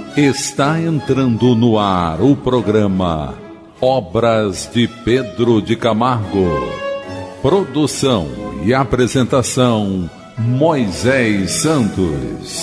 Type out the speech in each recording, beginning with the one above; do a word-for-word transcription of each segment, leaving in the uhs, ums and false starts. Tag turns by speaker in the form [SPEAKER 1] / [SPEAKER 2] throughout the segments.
[SPEAKER 1] Está entrando no ar o programa Obras de Pedro de Camargo. Produção e apresentação Moisés Santos.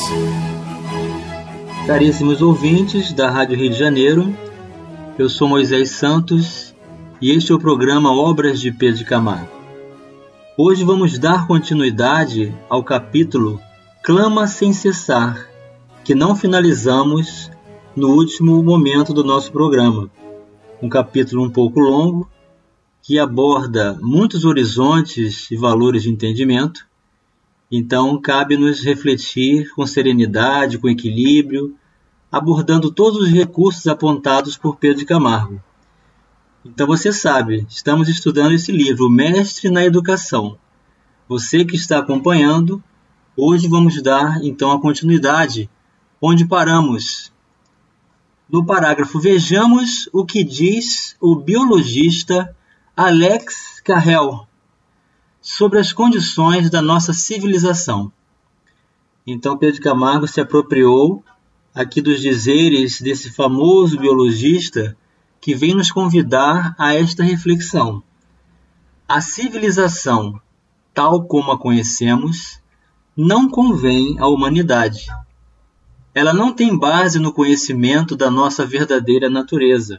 [SPEAKER 2] Caríssimos ouvintes da Rádio Rio de Janeiro, eu sou Moisés Santos e este é o programa Obras de Pedro de Camargo. Hoje vamos dar continuidade ao capítulo Clama Sem Cessar, que não finalizamos no último momento do nosso programa. Um capítulo um pouco longo, que aborda muitos horizontes e valores de entendimento. Então, cabe-nos refletir com serenidade, com equilíbrio, abordando todos os recursos apontados por Pedro de Camargo. Então, você sabe, estamos estudando esse livro, O Mestre na Educação. Você que está acompanhando, hoje vamos dar, então, a continuidade, onde paramos. No parágrafo, vejamos o que diz o biologista Alex Carrel sobre as condições da nossa civilização. Então, Pedro de Camargo se apropriou aqui dos dizeres desse famoso biologista que vem nos convidar a esta reflexão. A civilização, tal como a conhecemos, não convém à humanidade. Ela não tem base no conhecimento da nossa verdadeira natureza.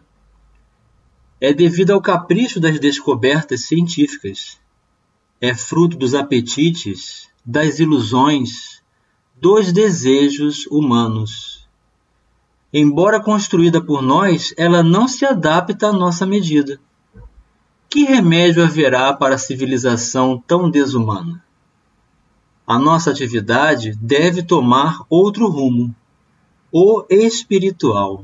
[SPEAKER 2] É devido ao capricho das descobertas científicas. É fruto dos apetites, das ilusões, dos desejos humanos. Embora construída por nós, ela não se adapta à nossa medida. Que remédio haverá para a civilização tão desumana? A nossa atividade deve tomar outro rumo, o espiritual.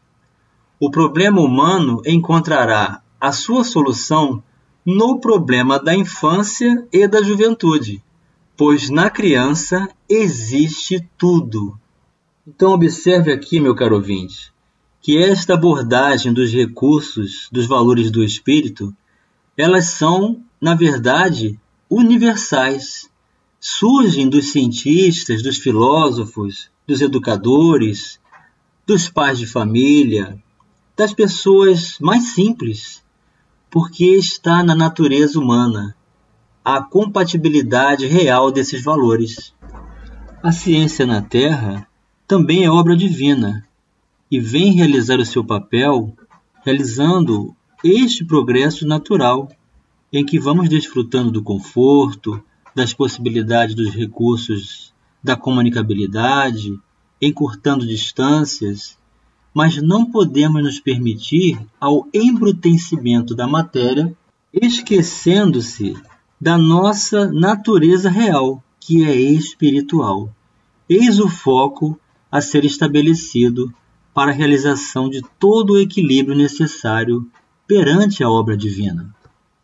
[SPEAKER 2] O problema humano encontrará a sua solução no problema da infância e da juventude, pois na criança existe tudo. Então observe aqui, meu caro ouvinte, que esta abordagem dos recursos, dos valores do espírito, elas são, na verdade, universais. Surgem dos cientistas, dos filósofos, dos educadores, dos pais de família, das pessoas mais simples, porque está na natureza humana a compatibilidade real desses valores. A ciência na Terra também é obra divina e vem realizar o seu papel realizando este progresso natural em que vamos desfrutando do conforto, das possibilidades dos recursos da comunicabilidade, encurtando distâncias, mas não podemos nos permitir ao embrutecimento da matéria, esquecendo-se da nossa natureza real, que é espiritual. Eis o foco a ser estabelecido para a realização de todo o equilíbrio necessário perante a obra divina.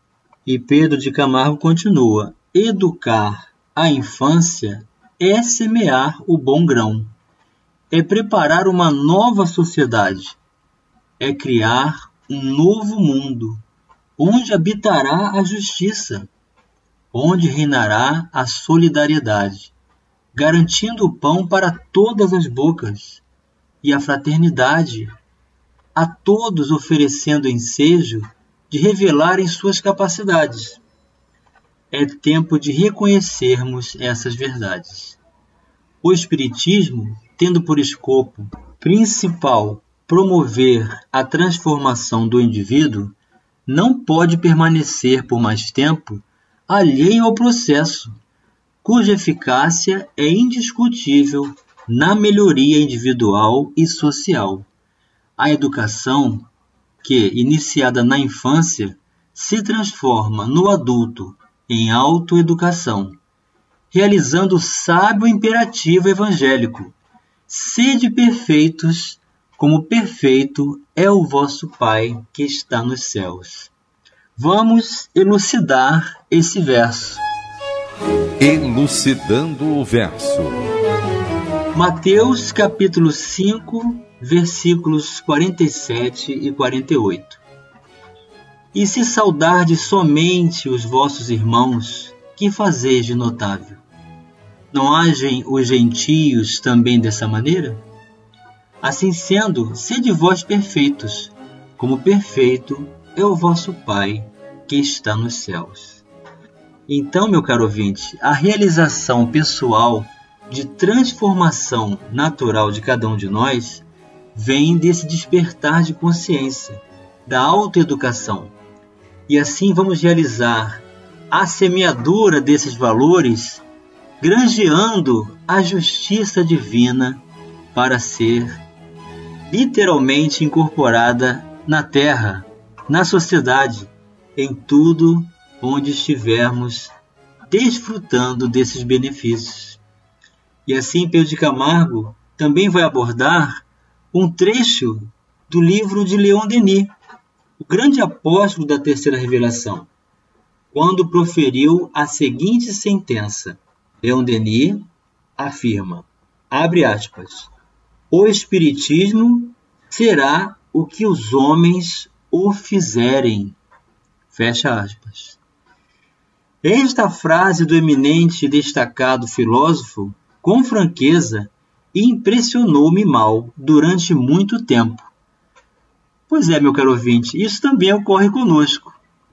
[SPEAKER 2] E Pedro de Camargo continua: educar a infância é semear o bom grão, é preparar uma nova sociedade, é criar um novo mundo, onde habitará a justiça, onde reinará a solidariedade, garantindo o pão para todas as bocas, e a fraternidade, a todos oferecendo ensejo de revelarem suas capacidades. É tempo de reconhecermos essas verdades. O Espiritismo, tendo por escopo principal promover a transformação do indivíduo, não pode permanecer por mais tempo alheio ao processo, cuja eficácia é indiscutível na melhoria individual e social. A educação, que, iniciada na infância, se transforma no adulto em autoeducação, realizando o sábio imperativo evangélico: sede perfeitos, como perfeito é o vosso Pai que está nos céus. Vamos elucidar esse verso.
[SPEAKER 1] Elucidando o verso.
[SPEAKER 2] Mateus capítulo cinco, versículos quarenta e sete e quarenta e oito. E se saudardes somente os vossos irmãos, que fazeis de notável? Não agem os gentios também dessa maneira? Assim sendo, sede vós perfeitos, como perfeito é o vosso Pai que está nos céus. Então, meu caro ouvinte, a realização pessoal de transformação natural de cada um de nós vem desse despertar de consciência, da autoeducação. E assim vamos realizar a semeadura desses valores, granjeando a justiça divina para ser literalmente incorporada na terra, na sociedade, em tudo onde estivermos desfrutando desses benefícios. E assim Pedro de Camargo também vai abordar um trecho do livro de Leon Denis, o grande apóstolo da Terceira Revelação, quando proferiu a seguinte sentença. Leon Denis afirma, abre aspas, o Espiritismo será o que os homens o fizerem. Fecha aspas. Esta frase do eminente e destacado filósofo, com franqueza, impressionou-me mal durante muito tempo. Pois é, meu caro ouvinte, isso também ocorre conosco.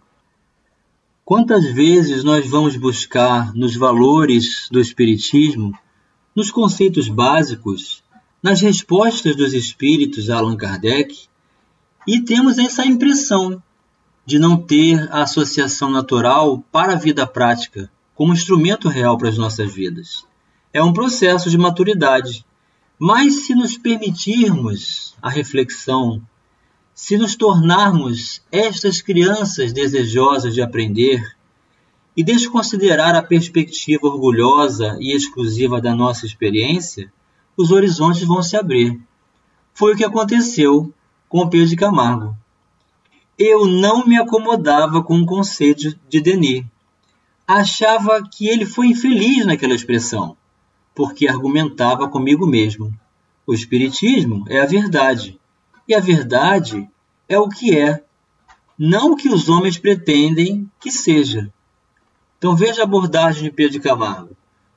[SPEAKER 2] Quantas vezes nós vamos buscar nos valores do Espiritismo, nos conceitos básicos, nas respostas dos espíritos a Allan Kardec, e temos essa impressão de não ter a associação natural para a vida prática, como instrumento real para as nossas vidas. É um processo de maturidade. Mas se nos permitirmos a reflexão, se nos tornarmos estas crianças desejosas de aprender e desconsiderar a perspectiva orgulhosa e exclusiva da nossa experiência, os horizontes vão se abrir. Foi o que aconteceu com Pedro de Camargo. Eu não me acomodava com o conceito de Denis. Achava que ele foi infeliz naquela expressão, porque argumentava comigo mesmo. O Espiritismo é a verdade, e a verdade é o que é, não o que os homens pretendem que seja. Então veja a abordagem de Pedro de Camargo.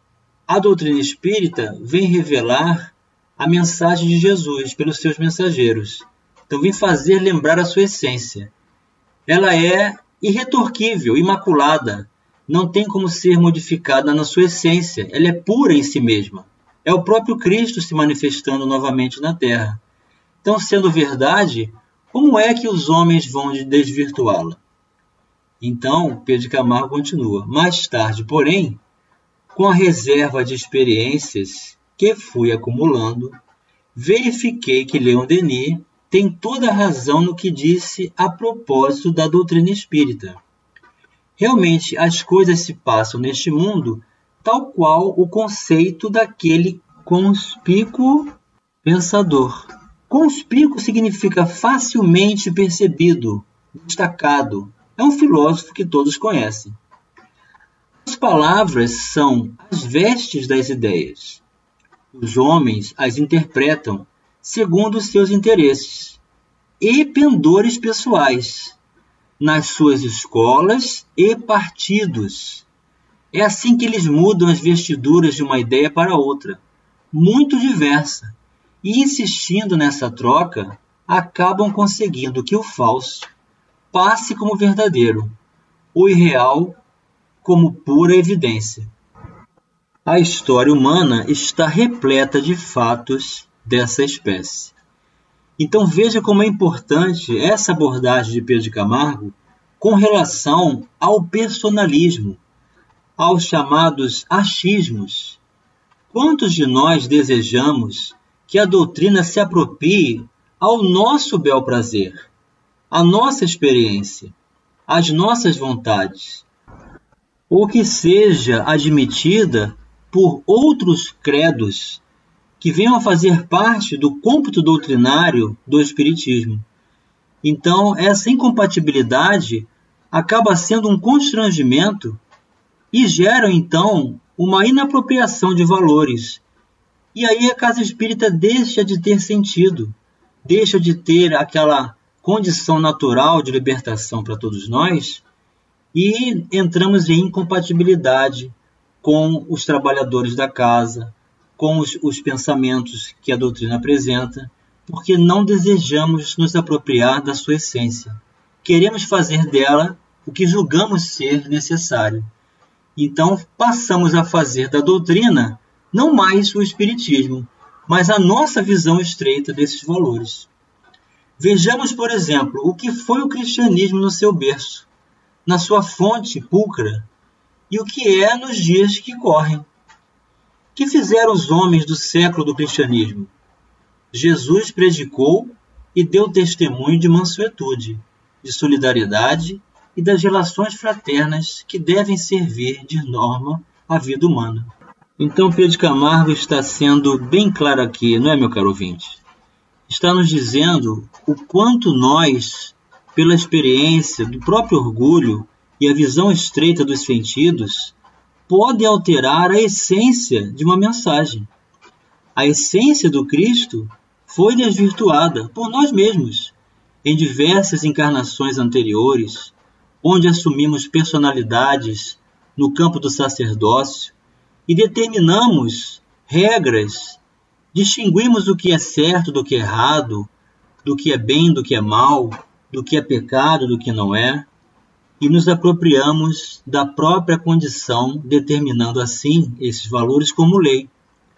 [SPEAKER 2] A doutrina espírita vem revelar a mensagem de Jesus pelos seus mensageiros. Então vem fazer lembrar a sua essência. Ela é irretorquível, imaculada, não tem como ser modificada na sua essência, ela é pura em si mesma. É o próprio Cristo se manifestando novamente na Terra. Então, sendo verdade, como é que os homens vão desvirtuá-la? Então, Pedro de Camargo continua. Mais tarde, porém, com a reserva de experiências que fui acumulando, verifiquei que Leon Denis tem toda a razão no que disse a propósito da doutrina espírita. Realmente, as coisas se passam neste mundo tal qual o conceito daquele conspícuo pensador. Conspícuo significa facilmente percebido, destacado. É um filósofo que todos conhecem. As palavras são as vestes das ideias. Os homens as interpretam segundo os seus interesses e pendores pessoais, nas suas escolas e partidos. É assim que eles mudam as vestiduras de uma ideia para outra, muito diversa, e insistindo nessa troca, acabam conseguindo que o falso passe como verdadeiro, o irreal como pura evidência. A história humana está repleta de fatos dessa espécie. Então veja como é importante essa abordagem de Pedro de Camargo com relação ao personalismo, aos chamados achismos. Quantos de nós desejamos que a doutrina se aproprie ao nosso bel prazer, à nossa experiência, às nossas vontades, ou que seja admitida por outros credos que venham a fazer parte do cômputo doutrinário do Espiritismo. Então, essa incompatibilidade acaba sendo um constrangimento e gera, então, uma inapropriação de valores. E aí a casa espírita deixa de ter sentido, deixa de ter aquela condição natural de libertação para todos nós e entramos em incompatibilidade com os trabalhadores da casa, com os, os pensamentos que a doutrina apresenta, porque não desejamos nos apropriar da sua essência. Queremos fazer dela o que julgamos ser necessário. Então, passamos a fazer da doutrina não mais o espiritismo, mas a nossa visão estreita desses valores. Vejamos, por exemplo, o que foi o cristianismo no seu berço, na sua fonte pulcra, e o que é nos dias que correm. Que fizeram os homens do século do cristianismo? Jesus predicou e deu testemunho de mansuetude, de solidariedade e das relações fraternas que devem servir de norma à vida humana. Então Pedro de Camargo está sendo bem claro aqui, não é, meu caro ouvinte? Está nos dizendo o quanto nós, pela experiência do próprio orgulho e a visão estreita dos sentidos, pode alterar a essência de uma mensagem. A essência do Cristo foi desvirtuada por nós mesmos, em diversas encarnações anteriores, onde assumimos personalidades no campo do sacerdócio e determinamos regras, distinguimos o que é certo do que é errado, do que é bem do que é mal, do que é pecado do que não é, e nos apropriamos da própria condição, determinando assim esses valores como lei,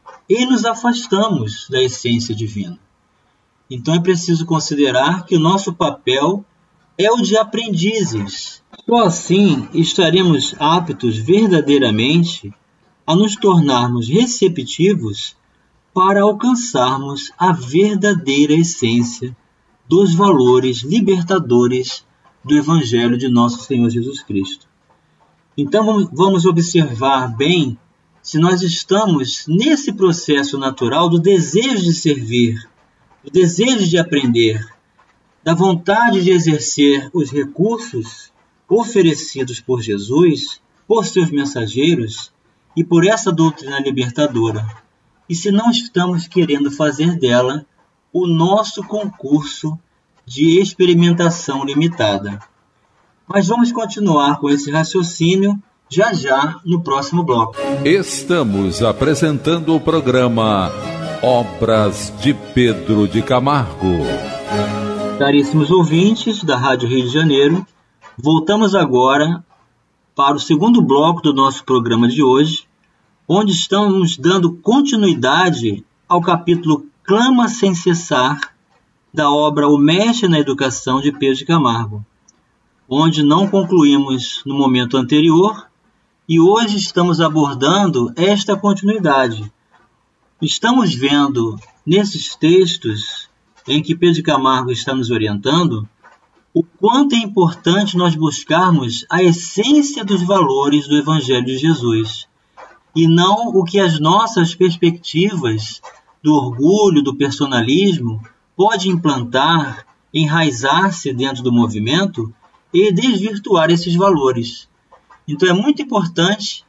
[SPEAKER 2] e nos afastamos da essência divina. Então é preciso considerar que o nosso papel é o de aprendizes. Só assim estaremos aptos verdadeiramente a nos tornarmos receptivos para alcançarmos a verdadeira essência dos valores libertadores do Evangelho de nosso Senhor Jesus Cristo. Então vamos observar bem se nós estamos nesse processo natural do desejo de servir, do desejo de aprender, da vontade de exercer os recursos oferecidos por Jesus, por seus mensageiros e por essa doutrina libertadora. E se não estamos querendo fazer dela o nosso concurso de experimentação limitada. Mas vamos continuar com esse raciocínio já já no próximo bloco.
[SPEAKER 1] Estamos apresentando o programa Obras de Pedro de Camargo.
[SPEAKER 2] Caríssimos ouvintes da Rádio Rio de Janeiro, voltamos agora para o segundo bloco do nosso programa de hoje, onde estamos dando continuidade ao capítulo Clama Sem Cessar, da obra O Mestre na Educação de Pedro de Camargo, onde não concluímos no momento anterior e hoje estamos abordando esta continuidade. Estamos vendo nesses textos em que Pedro de Camargo está nos orientando o quanto é importante nós buscarmos a essência dos valores do Evangelho de Jesus e não o que as nossas perspectivas do orgulho, do personalismo pode implantar, enraizar-se dentro do movimento e desvirtuar esses valores. Então é muito importante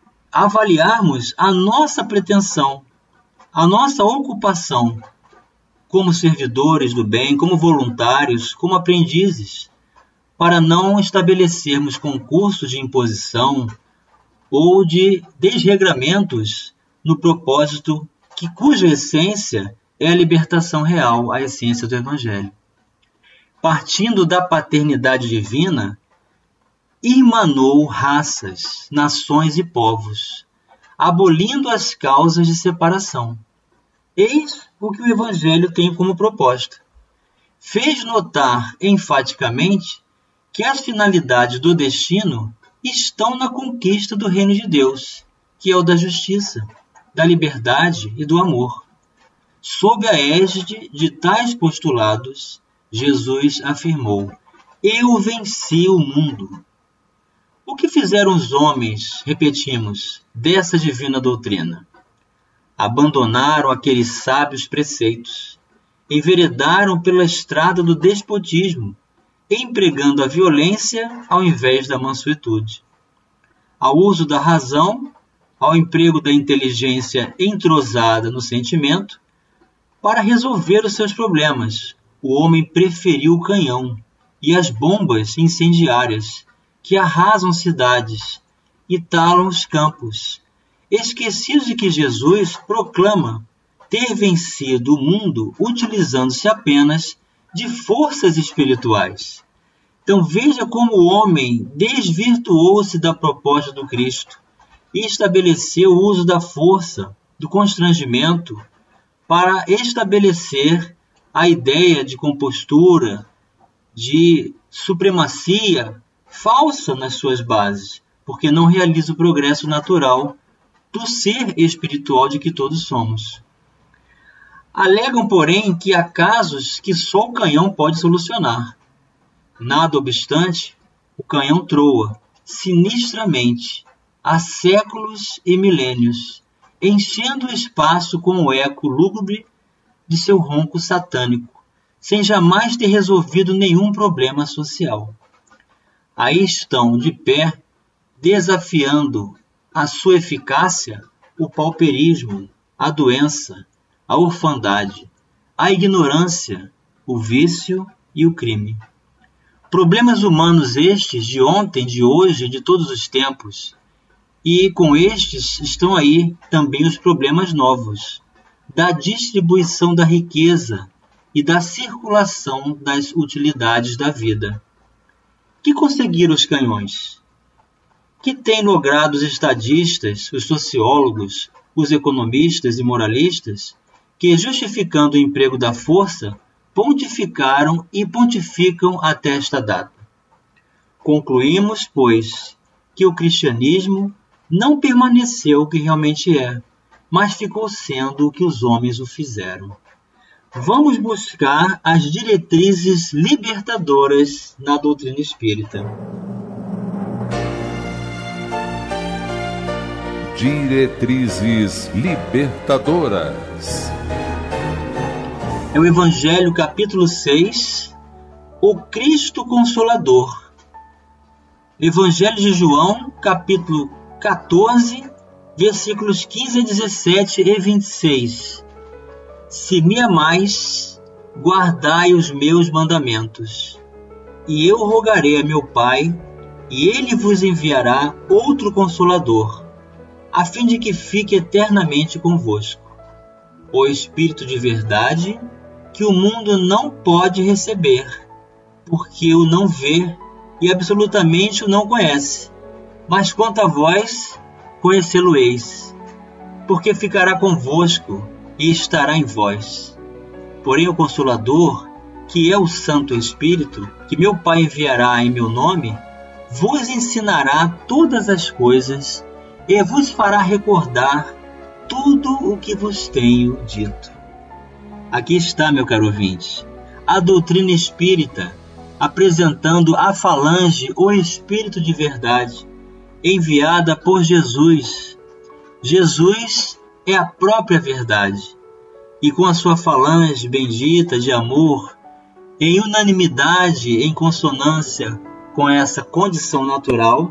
[SPEAKER 2] avaliarmos a nossa pretensão, a nossa ocupação como servidores do bem, como voluntários, como aprendizes, para não estabelecermos concursos de imposição ou de desregramentos no propósito que, cuja essência é a libertação real, a essência do Evangelho. Partindo da paternidade divina, irmanou raças, nações e povos, abolindo as causas de separação. Eis o que o Evangelho tem como proposta. Fez notar enfaticamente que as finalidades do destino estão na conquista do reino de Deus, que é o da justiça, da liberdade e do amor. Sob a égide de tais postulados, Jesus afirmou: Eu venci o mundo. O que fizeram os homens, repetimos, dessa divina doutrina? Abandonaram aqueles sábios preceitos, enveredaram pela estrada do despotismo, empregando a violência ao invés da mansuetude. Ao uso da razão, ao emprego da inteligência entrosada no sentimento, para resolver os seus problemas, o homem preferiu o canhão e as bombas incendiárias que arrasam cidades e talam os campos, esquecidos de que Jesus proclama ter vencido o mundo utilizando-se apenas de forças espirituais. Então veja como o homem desvirtuou-se da proposta do Cristo e estabeleceu o uso da força, do constrangimento, para estabelecer a ideia de compostura, de supremacia falsa nas suas bases, porque não realiza o progresso natural do ser espiritual de que todos somos. Alegam, porém, que há casos que só o canhão pode solucionar. Nada obstante, o canhão troa, sinistramente, há séculos e milênios, enchendo o espaço com o eco lúgubre de seu ronco satânico, sem jamais ter resolvido nenhum problema social. Aí estão de pé, desafiando a sua eficácia, o pauperismo, a doença, a orfandade, a ignorância, o vício e o crime. Problemas humanos estes de ontem, de hoje e de todos os tempos. E com estes estão aí também os problemas novos, da distribuição da riqueza e da circulação das utilidades da vida. Que conseguiram os canhões? Que têm logrado os estadistas, os sociólogos, os economistas e moralistas, que, justificando o emprego da força, pontificaram e pontificam até esta data. Concluímos, pois, que o cristianismo não permaneceu o que realmente é, mas ficou sendo o que os homens o fizeram. Vamos buscar as diretrizes libertadoras na doutrina espírita.
[SPEAKER 1] Diretrizes libertadoras.
[SPEAKER 2] É o Evangelho, capítulo seis, o Cristo Consolador. Evangelho de João, capítulo quatorze, versículos quinze a dezessete e vinte e seis. Se me amais, guardai os meus mandamentos, e eu rogarei a meu Pai, e ele vos enviará outro Consolador, a fim de que fique eternamente convosco, o Espírito de verdade, que o mundo não pode receber, porque o não vê e absolutamente o não conhece. Mas quanto a vós, conhecê-lo-eis, porque ficará convosco e estará em vós. Porém o Consolador, que é o Santo Espírito, que meu Pai enviará em meu nome, vos ensinará todas as coisas e vos fará recordar tudo o que vos tenho dito. Aqui está, meu caro ouvinte, a doutrina espírita, apresentando a falange o Espírito de verdade, enviada por Jesus. Jesus é a própria verdade, e com a sua falange bendita de amor, em unanimidade, em consonância com essa condição natural,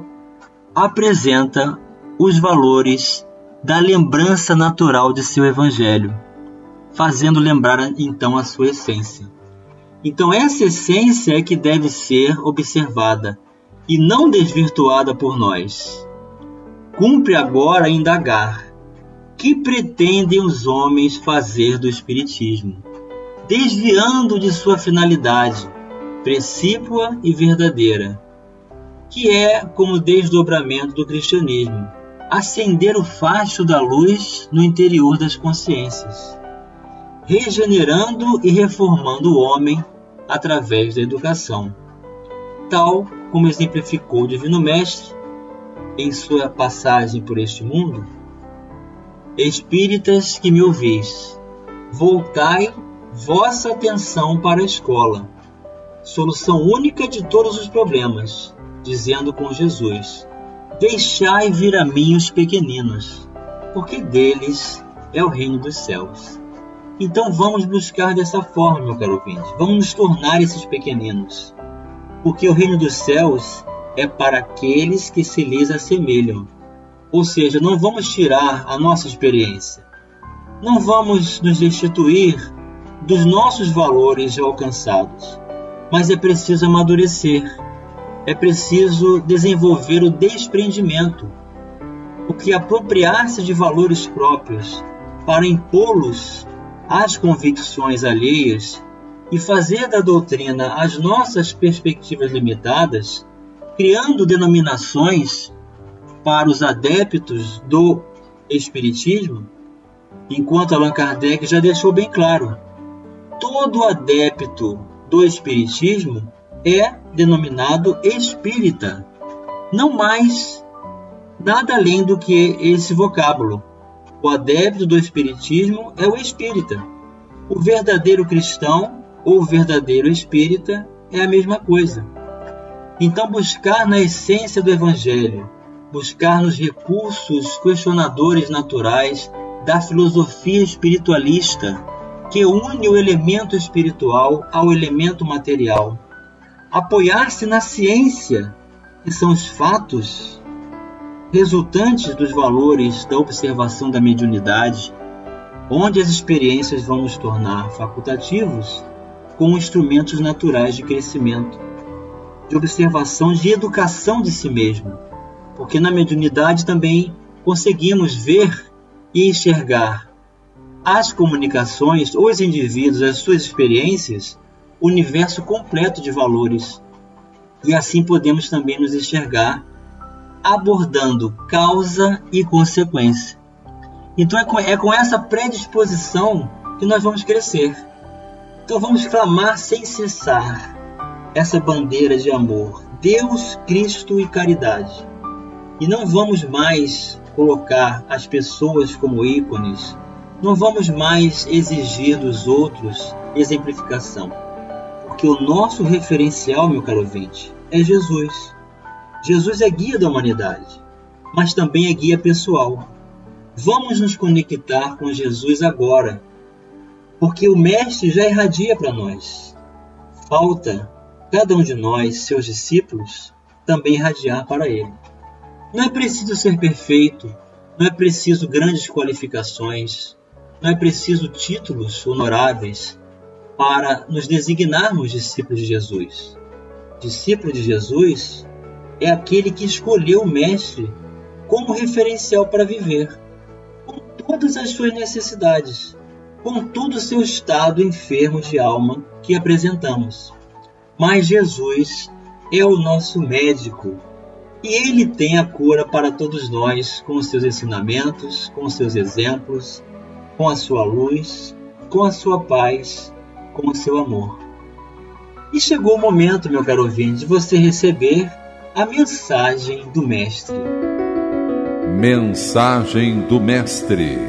[SPEAKER 2] apresenta os valores da lembrança natural de seu Evangelho, fazendo lembrar então a sua essência. Então essa essência é que deve ser observada e não desvirtuada por nós. Cumpre agora indagar: que pretendem os homens fazer do Espiritismo, desviando de sua finalidade precípua e verdadeira, que é como o desdobramento do cristianismo, acender o facho da luz no interior das consciências, regenerando e reformando o homem através da educação, tal como exemplificou o Divino Mestre em sua passagem por este mundo. Espíritas que me ouvis, voltai vossa atenção para a escola, solução única de todos os problemas, dizendo com Jesus: deixai vir a mim os pequeninos, porque deles é o reino dos céus. Então vamos buscar dessa forma, meu caro ouvinte. Vamos nos tornar esses pequeninos, porque o reino dos céus é para aqueles que se lhes assemelham. Ou seja, não vamos tirar a nossa experiência, não vamos nos destituir dos nossos valores alcançados, mas é preciso amadurecer, é preciso desenvolver o desprendimento, porque apropriar-se de valores próprios para impô-los às convicções alheias e fazer da doutrina as nossas perspectivas limitadas, criando denominações para os adeptos do Espiritismo, enquanto Allan Kardec já deixou bem claro, todo adepto do Espiritismo é denominado espírita, não mais nada além do que esse vocábulo. O adepto do Espiritismo é o espírita. O verdadeiro cristão ou verdadeiro espírita é a mesma coisa. Então, buscar na essência do Evangelho, buscar nos recursos questionadores naturais da filosofia espiritualista, que une o elemento espiritual ao elemento material, apoiar-se na ciência, que são os fatos resultantes dos valores da observação da mediunidade, onde as experiências vão nos tornar facultativos como instrumentos naturais de crescimento, de observação, de educação de si mesmo, porque na mediunidade também conseguimos ver e enxergar as comunicações, os indivíduos, as suas experiências, o universo completo de valores, e assim podemos também nos enxergar abordando causa e consequência. Então é com, é com essa predisposição que nós vamos crescer. Então vamos clamar sem cessar essa bandeira de amor, Deus, Cristo e caridade. E não vamos mais colocar as pessoas como ícones, não vamos mais exigir dos outros exemplificação, porque o nosso referencial, meu caro ouvinte, é Jesus. Jesus é guia da humanidade, mas também é guia pessoal. Vamos nos conectar com Jesus agora, porque o Mestre já irradia para nós. Falta cada um de nós, seus discípulos, também irradiar para Ele. Não é preciso ser perfeito, não é preciso grandes qualificações, não é preciso títulos honoráveis para nos designarmos discípulos de Jesus. Discípulo de Jesus é aquele que escolheu o Mestre como referencial para viver, com todas as suas necessidades, com todo o seu estado enfermo de alma que apresentamos. Mas Jesus é o nosso médico, e Ele tem a cura para todos nós, com os seus ensinamentos, com os seus exemplos, com a sua luz, com a sua paz, com o seu amor. E chegou o momento, meu caro ouvinte, de você receber a mensagem do Mestre.
[SPEAKER 1] Mensagem do Mestre.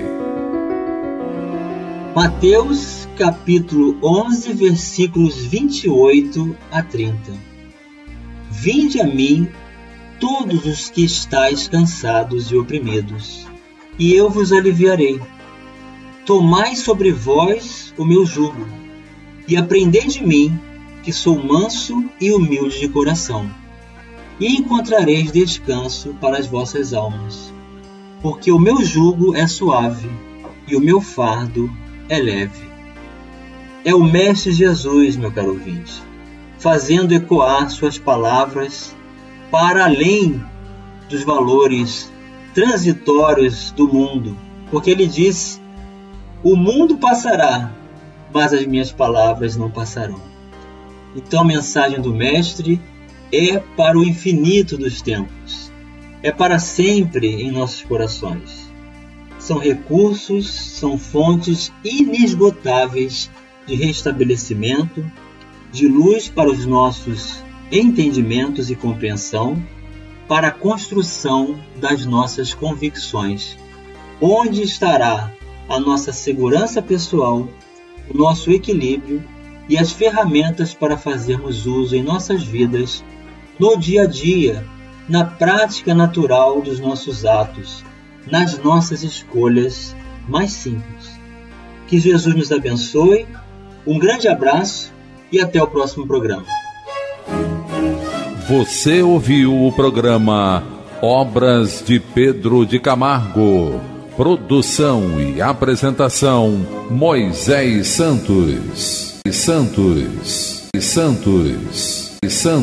[SPEAKER 2] Mateus, capítulo onze, versículos vinte e oito a trinta. Vinde a mim, todos os que estáis cansados e oprimidos, e eu vos aliviarei. Tomai sobre vós o meu jugo, e aprendei de mim, que sou manso e humilde de coração, e encontrareis descanso para as vossas almas, porque o meu jugo é suave e o meu fardo é leve. É o Mestre Jesus, meu caro ouvinte, fazendo ecoar suas palavras para além dos valores transitórios do mundo, porque ele disse: o mundo passará, mas as minhas palavras não passarão. Então a mensagem do Mestre é para o infinito dos tempos, é para sempre em nossos corações. São recursos, são fontes inesgotáveis de restabelecimento, de luz para os nossos entendimentos e compreensão, para a construção das nossas convicções, onde estará a nossa segurança pessoal, o nosso equilíbrio e as ferramentas para fazermos uso em nossas vidas, no dia a dia, na prática natural dos nossos atos, nas nossas escolhas mais simples. Que Jesus nos abençoe, um grande abraço e até o próximo programa.
[SPEAKER 1] Você ouviu o programa Obras de Pedro de Camargo. Produção e apresentação Moisés Santos. Santos. Santos. Santos.